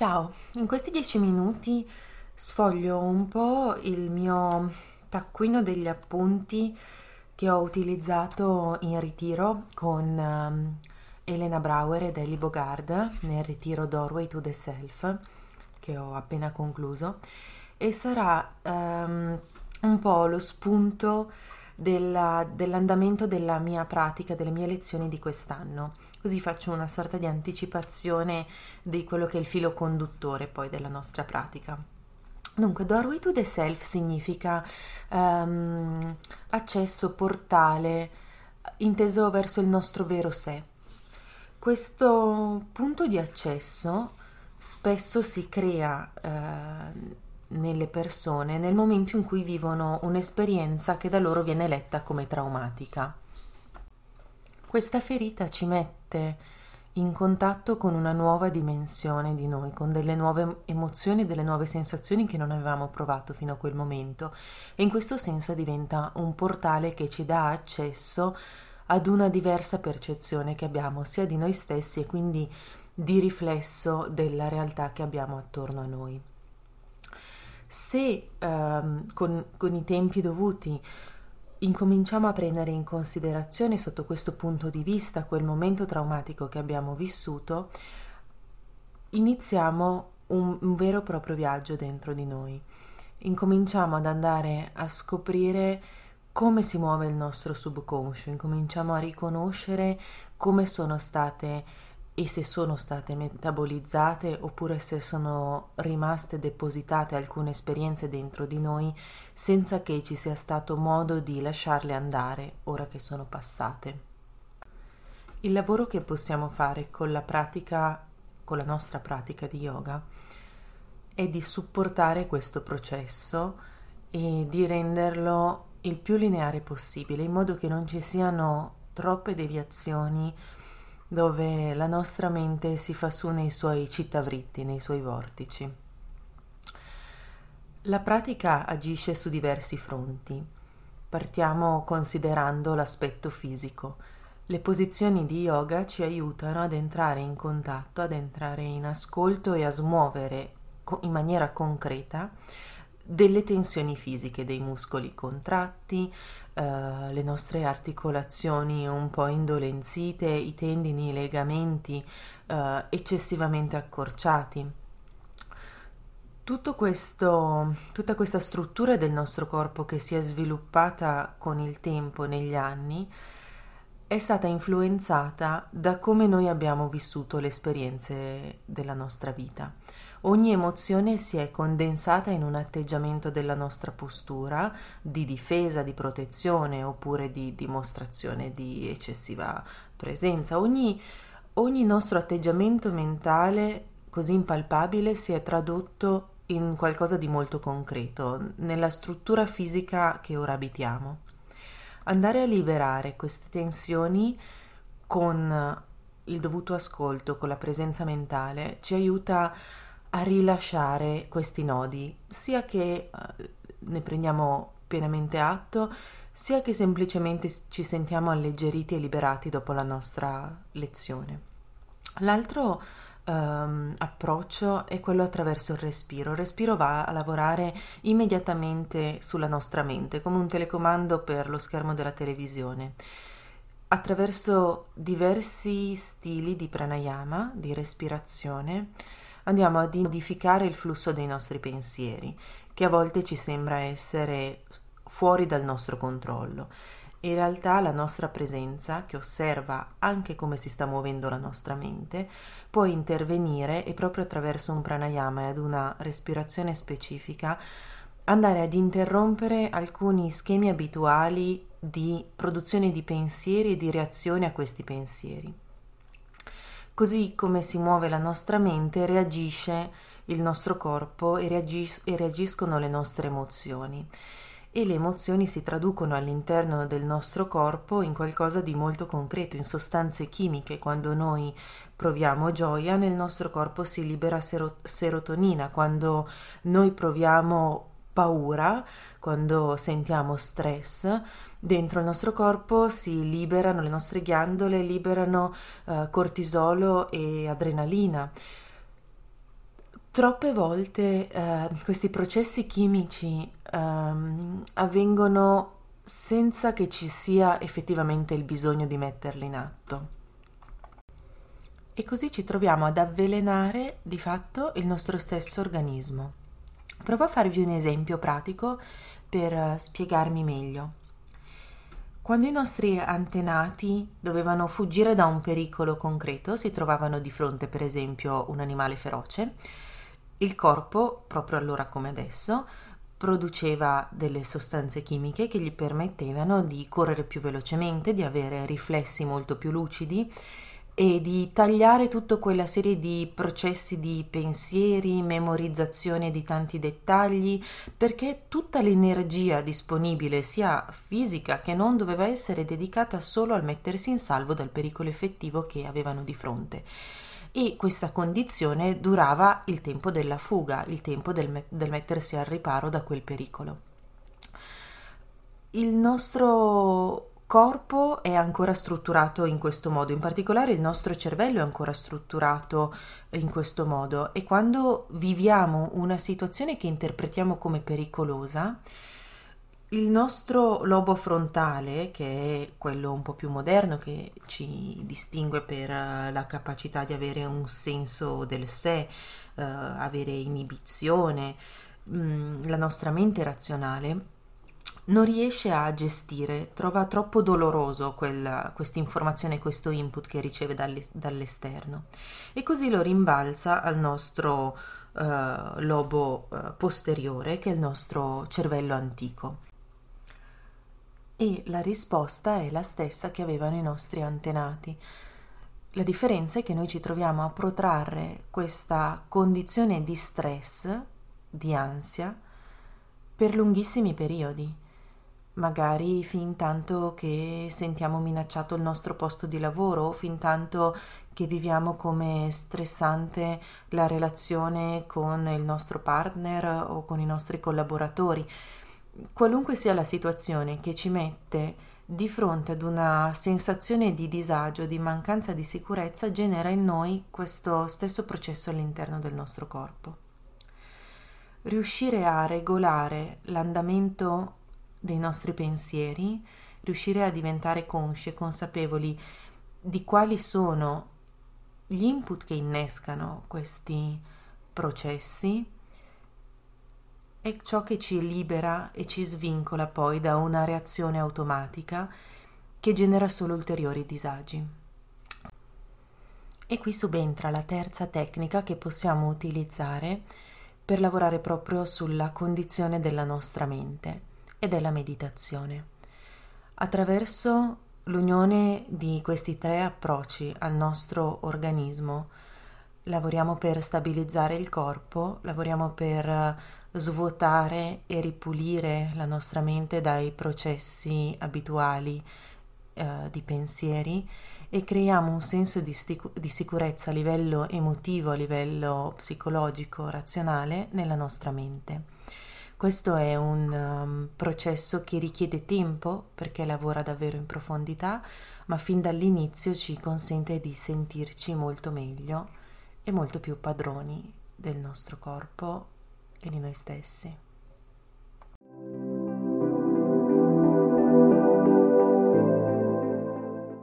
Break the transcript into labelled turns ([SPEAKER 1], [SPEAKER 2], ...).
[SPEAKER 1] Ciao, in questi 10 minuti sfoglio un po' il mio taccuino degli appunti che ho utilizzato in ritiro con Elena Brauer ed Ellie Bogard nel ritiro Doorway to the Self che ho appena concluso e sarà un po' lo spunto dell'andamento della mia pratica, delle mie lezioni di quest'anno. Così faccio una sorta di anticipazione di quello che è il filo conduttore poi della nostra pratica. Dunque, Doorway to the Self significa accesso, portale, inteso verso il nostro vero sé. Questo punto di accesso spesso si crea nelle persone nel momento in cui vivono un'esperienza che da loro viene letta come traumatica. Questa ferita ci mette in contatto con una nuova dimensione di noi, con delle nuove emozioni, delle nuove sensazioni che non avevamo provato fino a quel momento e in questo senso diventa un portale che ci dà accesso ad una diversa percezione che abbiamo sia di noi stessi e quindi di riflesso della realtà che abbiamo attorno a noi. Se con i tempi dovuti incominciamo a prendere in considerazione sotto questo punto di vista quel momento traumatico che abbiamo vissuto, iniziamo un vero e proprio viaggio dentro di noi. Incominciamo ad andare a scoprire come si muove il nostro subconscio, incominciamo a riconoscere come sono state e se sono state metabolizzate oppure se sono rimaste depositate alcune esperienze dentro di noi senza che ci sia stato modo di lasciarle andare ora che sono passate. Il lavoro che possiamo fare con la pratica, con la nostra pratica di yoga, è di supportare questo processo e di renderlo il più lineare possibile, in modo che non ci siano troppe deviazioni dove la nostra mente si fa su nei suoi cittavritti, nei suoi vortici. La pratica agisce su diversi fronti. Partiamo considerando l'aspetto fisico. Le posizioni di yoga ci aiutano ad entrare in contatto, ad entrare in ascolto e a smuovere in maniera concreta delle tensioni fisiche, dei muscoli contratti, le nostre articolazioni un po' indolenzite, i tendini, i legamenti eccessivamente accorciati. Tutta questa struttura del nostro corpo che si è sviluppata con il tempo, negli anni, è stata influenzata da come noi abbiamo vissuto le esperienze della nostra vita. Ogni emozione si è condensata in un atteggiamento della nostra postura di difesa, di protezione oppure di dimostrazione di eccessiva presenza. Ogni nostro atteggiamento mentale così impalpabile si è tradotto in qualcosa di molto concreto, nella struttura fisica che ora abitiamo. Andare a liberare queste tensioni con il dovuto ascolto, con la presenza mentale, ci aiuta a rilasciare questi nodi, sia che ne prendiamo pienamente atto, sia che semplicemente ci sentiamo alleggeriti e liberati dopo la nostra lezione. L'altro approccio è quello attraverso il respiro. Il respiro va a lavorare immediatamente sulla nostra mente, come un telecomando per lo schermo della televisione. Attraverso diversi stili di pranayama, di respirazione, andiamo a modificare il flusso dei nostri pensieri, che a volte ci sembra essere fuori dal nostro controllo. In realtà la nostra presenza, che osserva anche come si sta muovendo la nostra mente, può intervenire e proprio attraverso un pranayama e ad una respirazione specifica andare ad interrompere alcuni schemi abituali di produzione di pensieri e di reazione a questi pensieri. Così come si muove la nostra mente, reagisce il nostro corpo e reagiscono le nostre emozioni. E le emozioni si traducono all'interno del nostro corpo in qualcosa di molto concreto, in sostanze chimiche. Quando noi proviamo gioia, nel nostro corpo si libera serotonina. Quando noi proviamo paura, quando sentiamo stress, dentro il nostro corpo si liberano, le nostre ghiandole liberano cortisolo e adrenalina. Troppe volte questi processi chimici avvengono senza che ci sia effettivamente il bisogno di metterli in atto. E così ci troviamo ad avvelenare di fatto il nostro stesso organismo. Provo a farvi un esempio pratico per spiegarmi meglio. Quando i nostri antenati dovevano fuggire da un pericolo concreto, si trovavano di fronte per esempio un animale feroce, il corpo, proprio allora come adesso, produceva delle sostanze chimiche che gli permettevano di correre più velocemente, di avere riflessi molto più lucidi e di tagliare tutta quella serie di processi di pensieri, memorizzazione di tanti dettagli, perché tutta l'energia disponibile, sia fisica che non, doveva essere dedicata solo al mettersi in salvo dal pericolo effettivo che avevano di fronte. E questa condizione durava il tempo della fuga, il tempo del mettersi al riparo da quel pericolo. Il nostro corpo è ancora strutturato in questo modo, in particolare il nostro cervello è ancora strutturato in questo modo, e quando viviamo una situazione che interpretiamo come pericolosa, il nostro lobo frontale, che è quello un po' più moderno, che ci distingue per la capacità di avere un senso del sé, avere inibizione, la nostra mente razionale, non riesce a gestire, trova troppo doloroso questa informazione, questo input che riceve dall'esterno, e così lo rimbalza al nostro lobo posteriore, che è il nostro cervello antico. E la risposta è la stessa che avevano i nostri antenati. La differenza è che noi ci troviamo a protrarre questa condizione di stress, di ansia, per lunghissimi periodi, magari fin tanto che sentiamo minacciato il nostro posto di lavoro, o fin tanto che viviamo come stressante la relazione con il nostro partner o con i nostri collaboratori. Qualunque sia la situazione che ci mette di fronte ad una sensazione di disagio, di mancanza di sicurezza, genera in noi questo stesso processo all'interno del nostro corpo. Riuscire a regolare l'andamento dei nostri pensieri, riuscire a diventare consci e consapevoli di quali sono gli input che innescano questi processi, è ciò che ci libera e ci svincola poi da una reazione automatica che genera solo ulteriori disagi. E qui subentra la terza tecnica che possiamo utilizzare per lavorare proprio sulla condizione della nostra mente, ed è la meditazione. Attraverso l'unione di questi tre approcci al nostro organismo lavoriamo per stabilizzare il corpo, lavoriamo per svuotare e ripulire la nostra mente dai processi abituali di pensieri, e creiamo un senso di sicurezza a livello emotivo, a livello psicologico, razionale nella nostra mente. Questo è un processo che richiede tempo perché lavora davvero in profondità, ma fin dall'inizio ci consente di sentirci molto meglio e molto più padroni del nostro corpo e di noi stessi.